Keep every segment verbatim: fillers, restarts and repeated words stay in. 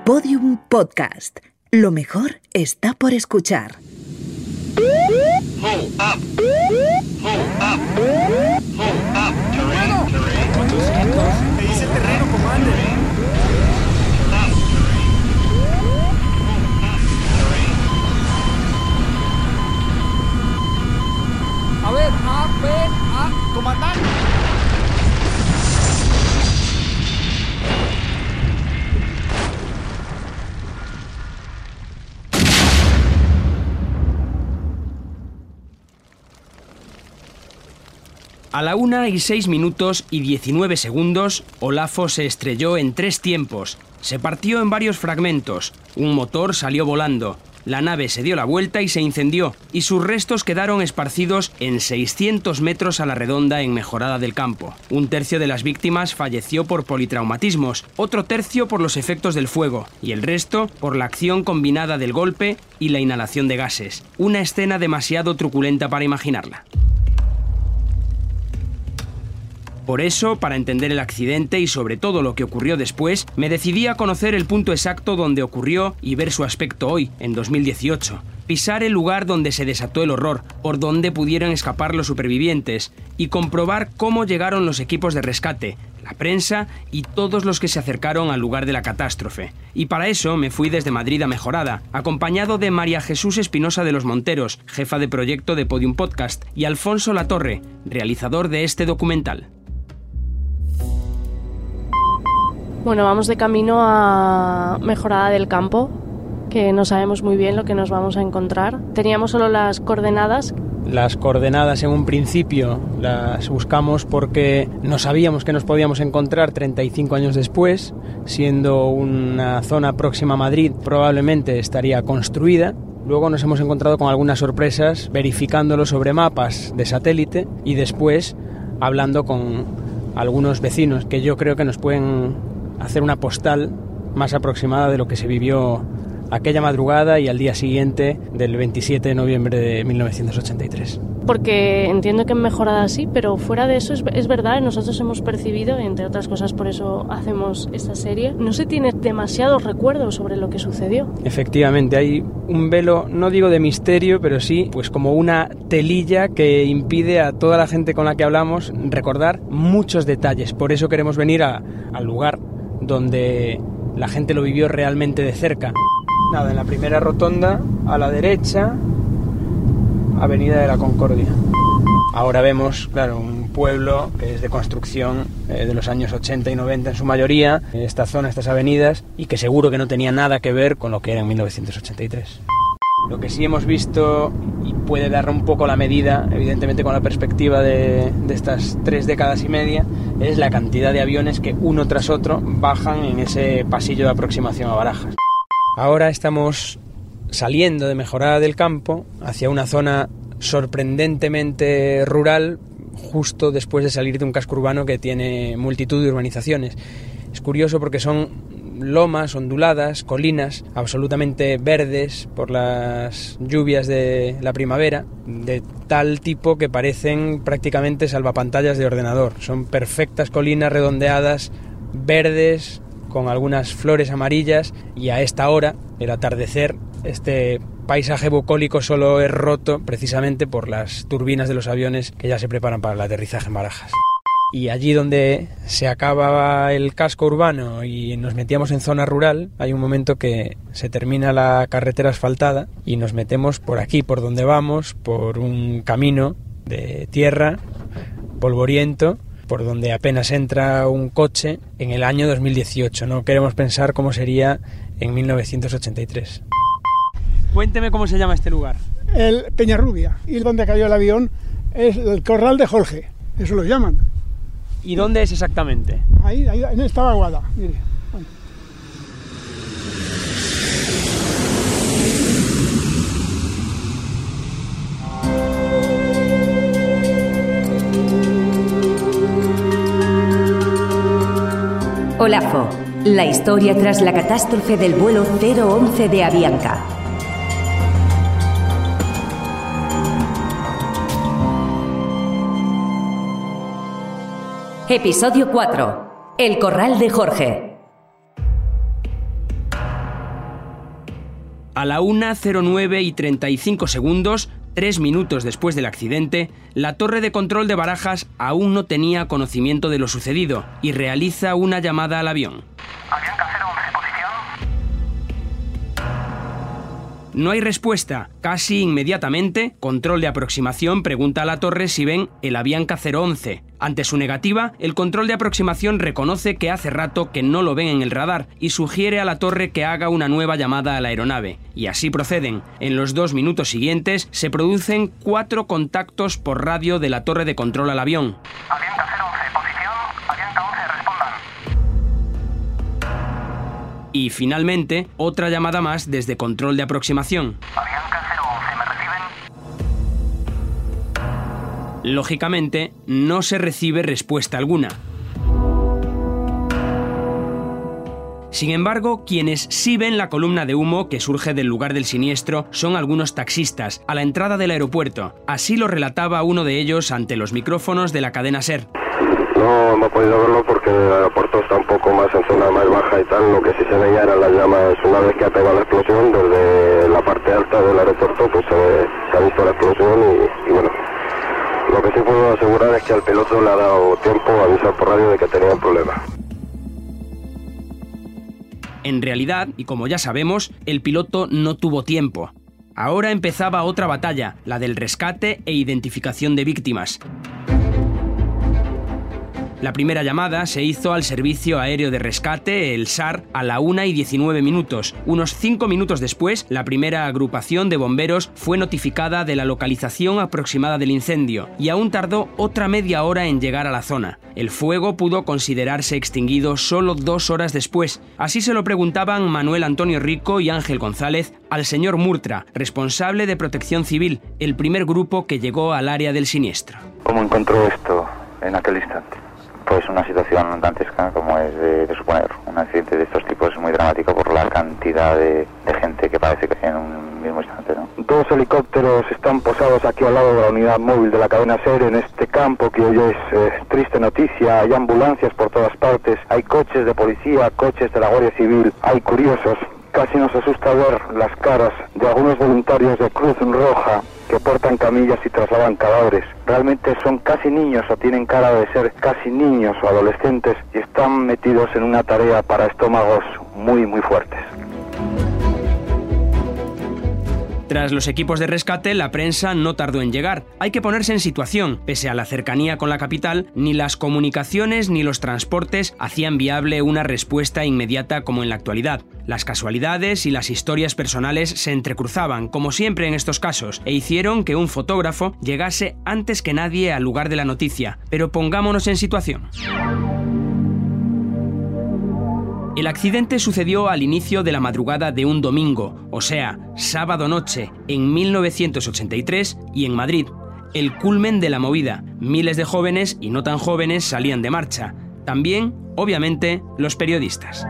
Podium Podcast. Lo mejor está por escuchar. Hold up. Hold up. Hold up. Terrain, terrain. cuatrocientos. Me dice el terreno, comandante. A ver, A, B, A, comandante. A la una y seis minutos y diecinueve segundos, Olafo se estrelló en tres tiempos. Se partió en varios fragmentos. Un motor salió volando. La nave se dio la vuelta y se incendió, y sus restos quedaron esparcidos en seiscientos metros a la redonda en Mejorada del Campo. Un tercio de las víctimas falleció por politraumatismos, otro tercio por los efectos del fuego, y el resto por la acción combinada del golpe y la inhalación de gases. Una escena demasiado truculenta para imaginarla. Por eso, para entender el accidente y sobre todo lo que ocurrió después, me decidí a conocer el punto exacto donde ocurrió y ver su aspecto hoy, en dos mil dieciocho. Pisar el lugar donde se desató el horror, por donde pudieron escapar los supervivientes, y comprobar cómo llegaron los equipos de rescate, la prensa y todos los que se acercaron al lugar de la catástrofe. Y para eso me fui desde Madrid a Mejorada, acompañado de María Jesús Espinosa de los Monteros, jefa de proyecto de Podium Podcast, y Alfonso Latorre, realizador de este documental. Bueno, vamos de camino a Mejorada del Campo, que no sabemos muy bien lo que nos vamos a encontrar. Teníamos solo las coordenadas. Las coordenadas en un principio las buscamos porque no sabíamos que nos podíamos encontrar treinta y cinco años después, siendo una zona próxima a Madrid, probablemente estaría construida. Luego nos hemos encontrado con algunas sorpresas verificándolo sobre mapas de satélite y después hablando con algunos vecinos que yo creo que nos pueden hacer una postal más aproximada de lo que se vivió aquella madrugada y al día siguiente del veintisiete de noviembre de mil novecientos ochenta y tres. Porque entiendo que en Mejorada sí, pero fuera de eso es, es verdad, nosotros hemos percibido, entre otras cosas por eso hacemos esta serie, no se tiene demasiados recuerdos sobre lo que sucedió. Efectivamente, hay un velo, no digo de misterio, pero sí pues como una telilla que impide a toda la gente con la que hablamos recordar muchos detalles. Por eso queremos venir a, al lugar donde la gente lo vivió realmente de cerca. Nada, en la primera rotonda, a la derecha, Avenida de la Concordia. Ahora vemos, claro, un pueblo que es de construcción eh, de los años ochenta y noventa en su mayoría, esta zona, estas avenidas, y que seguro que no tenía nada que ver con lo que era en mil novecientos ochenta y tres. Lo que sí hemos visto, y puede dar un poco la medida, evidentemente con la perspectiva de, de estas tres décadas y media, es la cantidad de aviones que uno tras otro bajan en ese pasillo de aproximación a Barajas. Ahora estamos saliendo de Mejorada del Campo hacia una zona sorprendentemente rural, justo después de salir de un casco urbano que tiene multitud de urbanizaciones. Es curioso porque son lomas onduladas, colinas absolutamente verdes por las lluvias de la primavera, de tal tipo que parecen prácticamente salvapantallas de ordenador. Son perfectas colinas redondeadas, verdes, con algunas flores amarillas, y a esta hora, el atardecer, este paisaje bucólico solo es roto precisamente por las turbinas de los aviones que ya se preparan para el aterrizaje en Barajas. Y allí donde se acababa el casco urbano y nos metíamos en zona rural, hay un momento que se termina la carretera asfaltada y nos metemos por aquí, por donde vamos, por un camino de tierra polvoriento, por donde apenas entra un coche en el año dos mil dieciocho. No queremos pensar cómo sería en mil novecientos ochenta y tres. Cuénteme cómo se llama este lugar. El Peñarrubia, y donde cayó el avión es el Corral de Jorge, eso lo llaman. ¿Y dónde es exactamente? Ahí, ahí en esta vaguada, mire. Bueno. Olafo, la historia tras la catástrofe del vuelo cero once de Avianca. Episodio cuatro. El Corral de Jorge. A la una cero nueve y treinta y cinco segundos, tres minutos después del accidente, la torre de control de Barajas aún no tenía conocimiento de lo sucedido y realiza una llamada al avión. Avianca cero once, posición. No hay respuesta. Casi inmediatamente, control de aproximación pregunta a la torre si ven el Avianca cero once. Ante su negativa, el control de aproximación reconoce que hace rato que no lo ven en el radar y sugiere a la torre que haga una nueva llamada a la aeronave. Y así proceden. En los dos minutos siguientes se producen cuatro contactos por radio de la torre de control al avión. Avianca cero once, posición. Avianca once, respondan. Y finalmente, otra llamada más desde control de aproximación. Avianca cero once, ¿me reciben? Lógicamente, no se recibe respuesta alguna. Sin embargo, quienes sí ven la columna de humo que surge del lugar del siniestro son algunos taxistas a la entrada del aeropuerto. Así lo relataba uno de ellos ante los micrófonos de la cadena SER. No hemos podido verlo porque el aeropuerto está un poco más en zona más baja y tal. Lo que sí se veía eran las llamas. Una vez que ha pegado la explosión, desde la parte alta del aeropuerto, pues se, se ha visto la explosión y, y bueno. Lo que sí puedo asegurar es que al piloto le ha dado tiempo a avisar por radio de que tenía un problema. En realidad, y como ya sabemos, el piloto no tuvo tiempo. Ahora empezaba otra batalla, la del rescate e identificación de víctimas. La primera llamada se hizo al Servicio Aéreo de Rescate, el S A R, a la una y diecinueve minutos. Unos cinco minutos después, la primera agrupación de bomberos fue notificada de la localización aproximada del incendio y aún tardó otra media hora en llegar a la zona. El fuego pudo considerarse extinguido solo dos horas después. Así se lo preguntaban Manuel Antonio Rico y Ángel González al señor Murtra, responsable de Protección Civil, el primer grupo que llegó al área del siniestro. ¿Cómo encontró esto en aquel instante? Pues una situación dantesca, como es de, de suponer. Un accidente de estos tipos es muy dramático por la cantidad de, de gente que parece que en un mismo instante, ¿no? Dos helicópteros están posados aquí al lado de la unidad móvil de la cadena SER en este campo que hoy es eh, triste noticia. Hay ambulancias por todas partes, hay coches de policía, coches de la Guardia Civil, hay curiosos. Casi nos asusta ver las caras de algunos voluntarios de Cruz Roja que portan camillas y trasladan cadáveres. Realmente son casi niños o tienen cara de ser casi niños o adolescentes y están metidos en una tarea para estómagos muy muy fuertes. Tras los equipos de rescate, la prensa no tardó en llegar. Hay que ponerse en situación. Pese a la cercanía con la capital, ni las comunicaciones ni los transportes hacían viable una respuesta inmediata como en la actualidad. Las casualidades y las historias personales se entrecruzaban, como siempre en estos casos, e hicieron que un fotógrafo llegase antes que nadie al lugar de la noticia. Pero pongámonos en situación. El accidente sucedió al inicio de la madrugada de un domingo, o sea, sábado noche, en mil novecientos ochenta y tres y en Madrid. El culmen de la movida. Miles de jóvenes y no tan jóvenes salían de marcha. También, obviamente, los periodistas.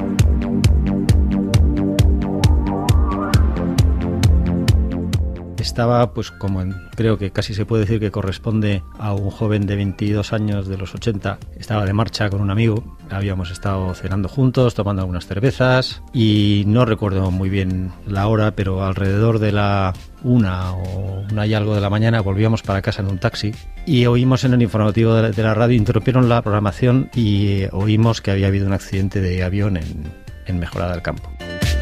Estaba, pues como en, creo que casi se puede decir que corresponde a un joven de veintidós años de los ochenta, estaba de marcha con un amigo, habíamos estado cenando juntos, tomando algunas cervezas y no recuerdo muy bien la hora, pero alrededor de la una o una y algo de la mañana volvíamos para casa en un taxi y oímos en el informativo de la, de la radio, interrumpieron la programación y oímos que había habido un accidente de avión en, en Mejorada del Campo.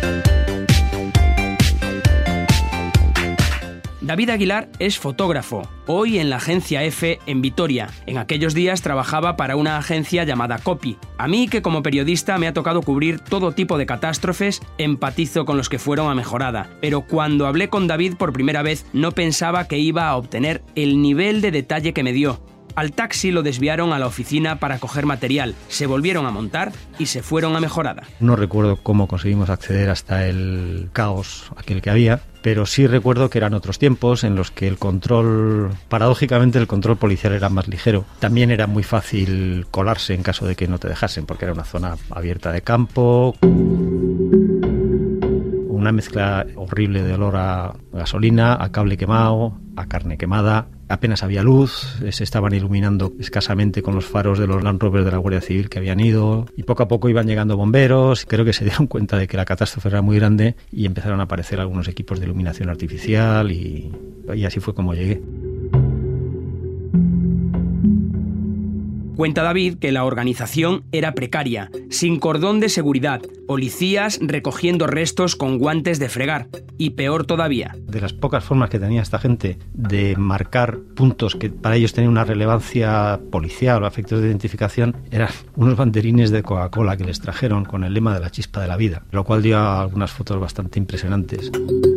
David Aguilar es fotógrafo, hoy en la agencia F en Vitoria. En aquellos días trabajaba para una agencia llamada Copy. A mí, que como periodista me ha tocado cubrir todo tipo de catástrofes, empatizo con los que fueron a Mejorada. Pero cuando hablé con David por primera vez, no pensaba que iba a obtener el nivel de detalle que me dio. Al taxi lo desviaron a la oficina para coger material, se volvieron a montar y se fueron a Mejorada. No recuerdo cómo conseguimos acceder hasta el caos aquel que había, pero sí recuerdo que eran otros tiempos en los que el control, paradójicamente el control policial era más ligero. También era muy fácil colarse en caso de que no te dejasen, porque era una zona abierta de campo. Una mezcla horrible de olor a gasolina, a cable quemado, a carne quemada. apenas había luz, se estaban iluminando escasamente con los faros de los Land Rovers de la Guardia Civil que habían ido, y poco a poco iban llegando bomberos. Creo que se dieron cuenta de que la catástrofe era muy grande y empezaron a aparecer algunos equipos de iluminación artificial, y, y así fue como llegué. Cuenta David que la organización era precaria, sin cordón de seguridad, policías recogiendo restos con guantes de fregar, y peor todavía. De las pocas formas que tenía esta gente de marcar puntos que para ellos tenían una relevancia policial o a efectos de identificación, eran unos banderines de Coca-Cola que les trajeron con el lema de la chispa de la vida, lo cual dio algunas fotos bastante impresionantes.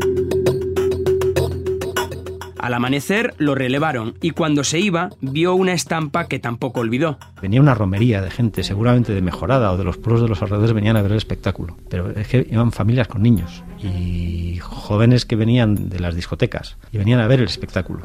Al amanecer lo relevaron y cuando se iba vio una estampa que tampoco olvidó. Venía una romería de gente, seguramente de Mejorada o de los pueblos de los alrededores, venían a ver el espectáculo. Pero es que iban familias con niños y jóvenes que venían de las discotecas y venían a ver el espectáculo.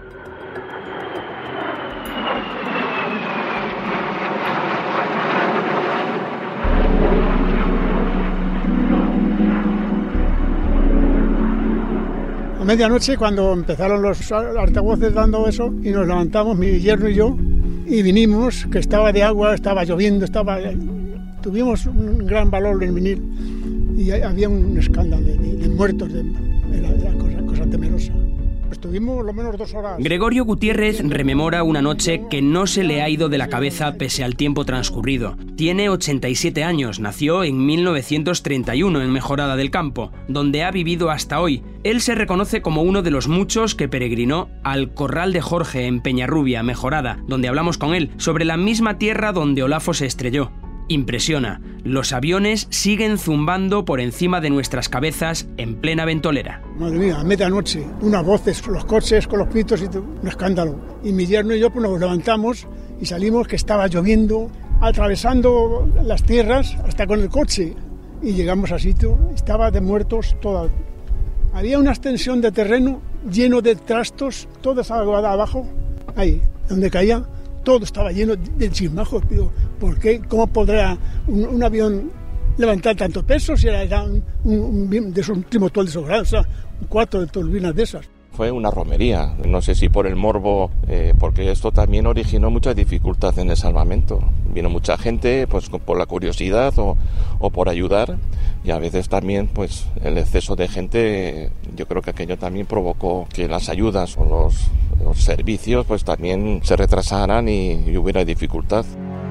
A medianoche, cuando empezaron los altavoces dando eso, y nos levantamos, mi yerno y yo, y vinimos, que estaba de agua, estaba lloviendo, estaba... tuvimos un gran valor en venir, y había un escándalo de, de, de muertos, de, era, era cosa, cosa temerosa. Estuvimos lo menos dos horas. Gregorio Gutiérrez rememora una noche que no se le ha ido de la cabeza pese al tiempo transcurrido. Tiene ochenta y siete años, nació en mil novecientos treinta y uno en Mejorada del Campo, donde ha vivido hasta hoy. Él se reconoce como uno de los muchos que peregrinó al Corral de Jorge en Peñarrubia, Mejorada, donde hablamos con él, sobre la misma tierra donde Olafo se estrelló. Impresiona, los aviones siguen zumbando por encima de nuestras cabezas en plena ventolera. Madre mía, a medianoche, unas voces, los coches con los pitos y todo, un escándalo. Y mi yerno y yo pues, nos levantamos y salimos, que estaba lloviendo, atravesando las tierras hasta con el coche. Y llegamos al sitio, estaba de muertos toda. Había una extensión de terreno lleno de trastos, toda esa agua de abajo, ahí, donde caía. Todo estaba lleno de chismajos. Pero ¿por qué? ¿Cómo podrá un, un avión levantar tanto peso si era, era un, un, un, de esos últimos de esos grandes, o sea, cuatro de turbinas de esas? Fue una romería, no sé si por el morbo, eh, porque esto también originó mucha dificultad en el salvamento. Vino mucha gente pues por la curiosidad o, o por ayudar, y a veces también pues el exceso de gente, yo creo que aquello también provocó que las ayudas o los, los servicios pues también se retrasaran y, y hubiera dificultad.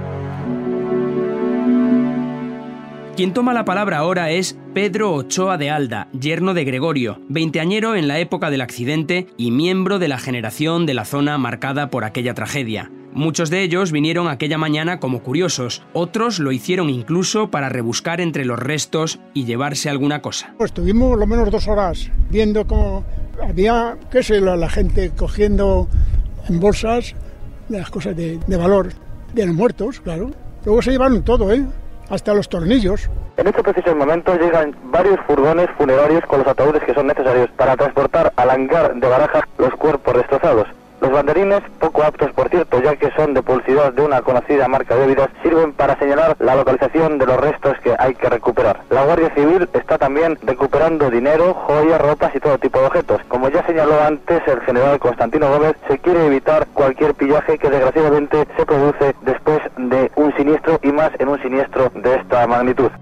Quien toma la palabra ahora es Pedro Ochoa de Alda, yerno de Gregorio, veinteañero en la época del accidente y miembro de la generación de la zona marcada por aquella tragedia. Muchos de ellos vinieron aquella mañana como curiosos, otros lo hicieron incluso para rebuscar entre los restos y llevarse alguna cosa. Pues estuvimos lo menos dos horas viendo cómo había, qué sé, la, la gente cogiendo en bolsas las cosas de, de valor de los muertos, claro. Luego se llevaron todo, ¿eh? Hasta los tornillos. En este preciso momento llegan varios furgones funerarios con los ataúdes que son necesarios para transportar al hangar de Barajas los cuerpos destrozados. Los banderines, poco aptos por cierto, ya que son de publicidad de una conocida marca de bebidas, sirven para señalar la localización de los restos que hay que recuperar. La Guardia Civil está también recuperando dinero, joyas, ropas y todo tipo de objetos. Como ya señaló antes el general Constantino Gómez, se quiere evitar cualquier pillaje que desgraciadamente se produce después de un siniestro, y más en un siniestro de esta magnitud.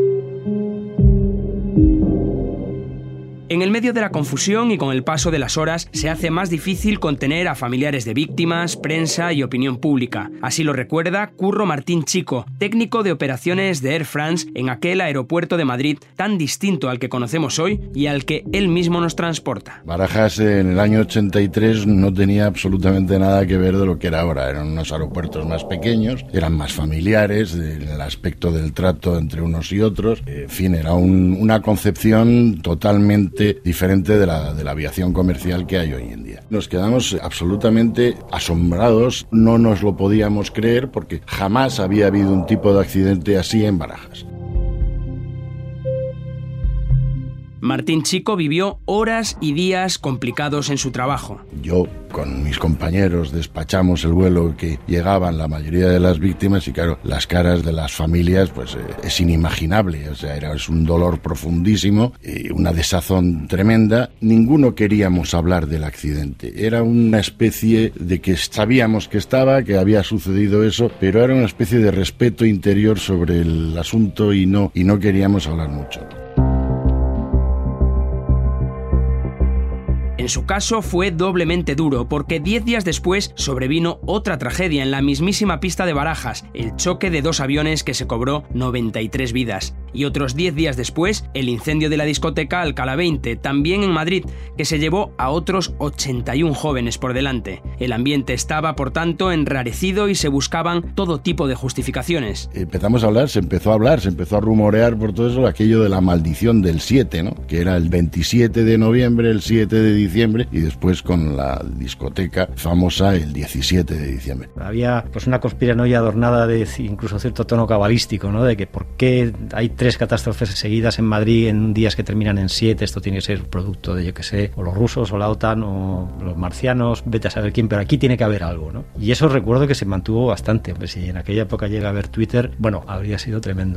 En el medio de la confusión y con el paso de las horas, se hace más difícil contener a familiares de víctimas, prensa y opinión pública. Así lo recuerda Curro Martín Chico, técnico de operaciones de Air France en aquel aeropuerto de Madrid tan distinto al que conocemos hoy y al que él mismo nos transporta. Barajas en el año ochenta y tres no tenía absolutamente nada que ver de lo que era ahora. Eran unos aeropuertos más pequeños, eran más familiares, el aspecto del trato entre unos y otros. En fin, era un, una concepción totalmente diferente de la, de la aviación comercial que hay hoy en día. Nos quedamos absolutamente asombrados, no nos lo podíamos creer porque jamás había habido un tipo de accidente así en Barajas. Martín Chico vivió horas y días complicados en su trabajo. Yo con mis compañeros despachamos el vuelo que llegaban la mayoría de las víctimas y claro, las caras de las familias pues eh, es inimaginable, o sea, era es un dolor profundísimo, eh, una desazón tremenda. Ninguno queríamos hablar del accidente, era una especie de que sabíamos que estaba, que había sucedido eso, pero era una especie de respeto interior sobre el asunto y no, y no queríamos hablar mucho. En su caso fue doblemente duro porque diez días después sobrevino otra tragedia en la mismísima pista de Barajas, el choque de dos aviones que se cobró noventa y tres vidas. Y otros diez días después, el incendio de la discoteca Alcalá veinte, también en Madrid, que se llevó a otros ochenta y uno jóvenes por delante. El ambiente estaba, por tanto, enrarecido y se buscaban todo tipo de justificaciones. Empezamos a hablar, se empezó a hablar, se empezó a rumorear por todo eso, aquello de la maldición del siete, ¿no? Que era el veintisiete de noviembre, el siete de diciembre, y después con la discoteca famosa el diecisiete de diciembre. Había pues una conspiranoia adornada de incluso cierto tono cabalístico, ¿no? De que por qué hay tres catástrofes seguidas en Madrid en días que terminan en siete, esto tiene que ser producto de, yo que sé, o los rusos, o la OTAN, o los marcianos, vete a saber quién, pero aquí tiene que haber algo, ¿no? Y eso recuerdo que se mantuvo bastante, pues si en aquella época llega a haber Twitter, bueno, habría sido tremendo.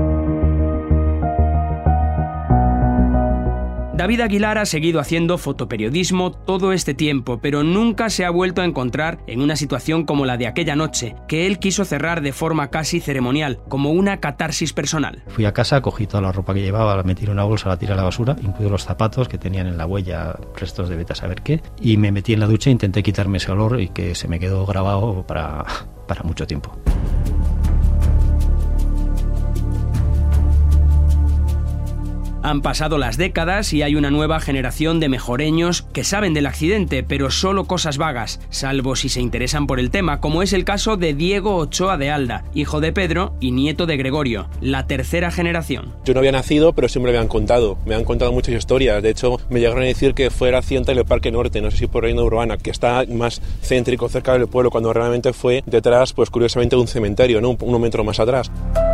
David Aguilar ha seguido haciendo fotoperiodismo todo este tiempo, pero nunca se ha vuelto a encontrar en una situación como la de aquella noche, que él quiso cerrar de forma casi ceremonial, como una catarsis personal. Fui a casa, cogí toda la ropa que llevaba, la metí en una bolsa, la tiré a la basura, incluido los zapatos que tenían en la huella restos de vete a saber qué, y me metí en la ducha e intenté quitarme ese olor y que se me quedó grabado para, para mucho tiempo. Han pasado las décadas y hay una nueva generación de mejoreños que saben del accidente, pero solo cosas vagas, salvo si se interesan por el tema, como es el caso de Diego Ochoa de Alda, hijo de Pedro y nieto de Gregorio, la tercera generación. Yo no había nacido, pero siempre me han contado, me han contado muchas historias. De hecho, me llegaron a decir que fue el accidente en el Parque Norte, no sé si por Reina Urbana, que está más céntrico, cerca del pueblo, cuando realmente fue detrás, pues curiosamente, de un cementerio, ¿no? Un, un metro más atrás.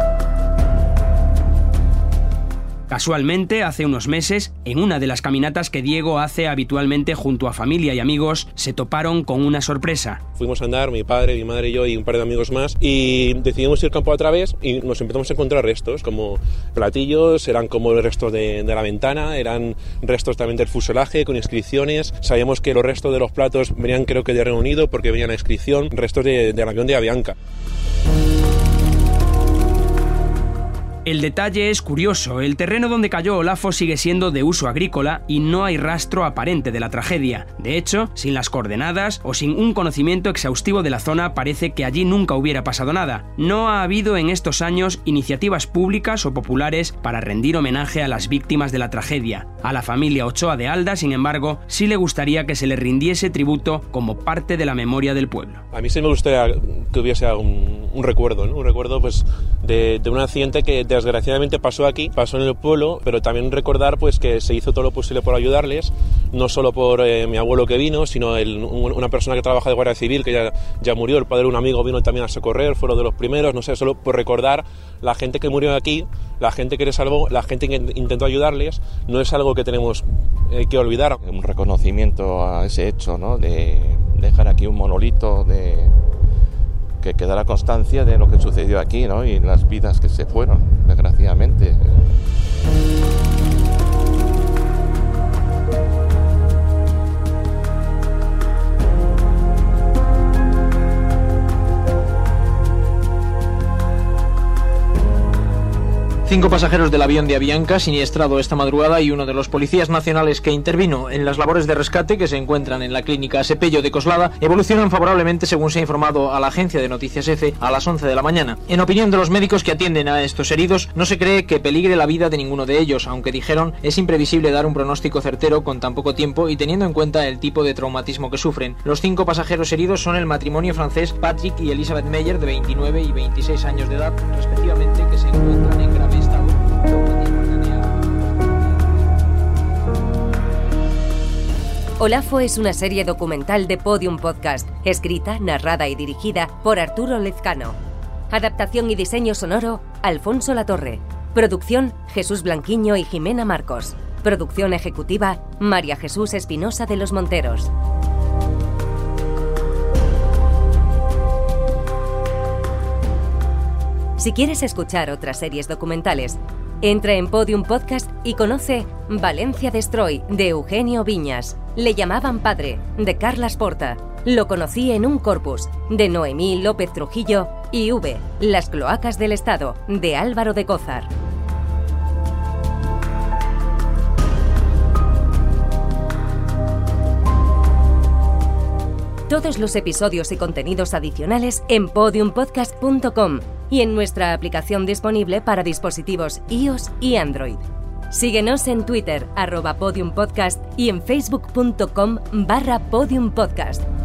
Casualmente, hace unos meses, en una de las caminatas que Diego hace habitualmente junto a familia y amigos, se toparon con una sorpresa. Fuimos a andar, mi padre, mi madre y yo y un par de amigos más, y decidimos ir campo a través y nos empezamos a encontrar restos, como platillos, eran como restos de, de la ventana, eran restos también del fuselaje con inscripciones. Sabíamos que los restos de los platos venían, creo que de Reino Unido, porque venía la inscripción, restos de, del avión de Avianca. El detalle es curioso, el terreno donde cayó Olafo sigue siendo de uso agrícola y no hay rastro aparente de la tragedia. De hecho, sin las coordenadas o sin un conocimiento exhaustivo de la zona parece que allí nunca hubiera pasado nada. No ha habido en estos años iniciativas públicas o populares para rendir homenaje a las víctimas de la tragedia. A la familia Ochoa de Alda, sin embargo, sí le gustaría que se le rindiese tributo como parte de la memoria del pueblo. A mí sí me gustaría que hubiese un, un recuerdo, ¿no? Un recuerdo pues, de, de un accidente que desgraciadamente pasó aquí, pasó en el pueblo, pero también recordar pues que se hizo todo lo posible por ayudarles, no solo por eh, mi abuelo que vino, sino el, un, una persona que trabaja de Guardia Civil que ya, ya murió, el padre de un amigo vino también a socorrer, fueron de los primeros, no sé, solo por recordar la gente que murió aquí, la gente que les salvó, la gente que intentó ayudarles, no es algo que tenemos eh, que olvidar. Un reconocimiento a ese hecho, ¿no? De dejar aquí un monolito de que quedara constancia de lo que sucedió aquí, ¿no? Y las vidas que se fueron, desgraciadamente. Cinco pasajeros del avión de Avianca siniestrado esta madrugada y uno de los policías nacionales que intervino en las labores de rescate que se encuentran en la clínica Sepello de Coslada evolucionan favorablemente, según se ha informado a la agencia de noticias EFE a las once de la mañana. En opinión de los médicos que atienden a estos heridos, no se cree que peligre la vida de ninguno de ellos, aunque dijeron es imprevisible dar un pronóstico certero con tan poco tiempo y teniendo en cuenta el tipo de traumatismo que sufren. Los cinco pasajeros heridos son el matrimonio francés Patrick y Elizabeth Meyer, de veintinueve y veintiséis años de edad, respectivamente, que se encuentran en grave estado. Olafo es una serie documental de Podium Podcast, escrita, narrada y dirigida por Arturo Lezcano. Adaptación y diseño sonoro, Alfonso Latorre. Producción, Jesús Blanquiño y Jimena Marcos. Producción ejecutiva, María Jesús Espinosa de los Monteros. Si quieres escuchar otras series documentales, entra en Podium Podcast y conoce Valencia Destroy, de Eugenio Viñas. Le llamaban padre, de Carlas Porta. Lo conocí en un corpus, de Noemí López Trujillo. Y V, Las cloacas del Estado, de Álvaro de Cózar. Todos los episodios y contenidos adicionales en podium podcast punto com y en nuestra aplicación disponible para dispositivos iOS y Android. Síguenos en Twitter, arroba podiumpodcast, y en facebook punto com barra podiumpodcast.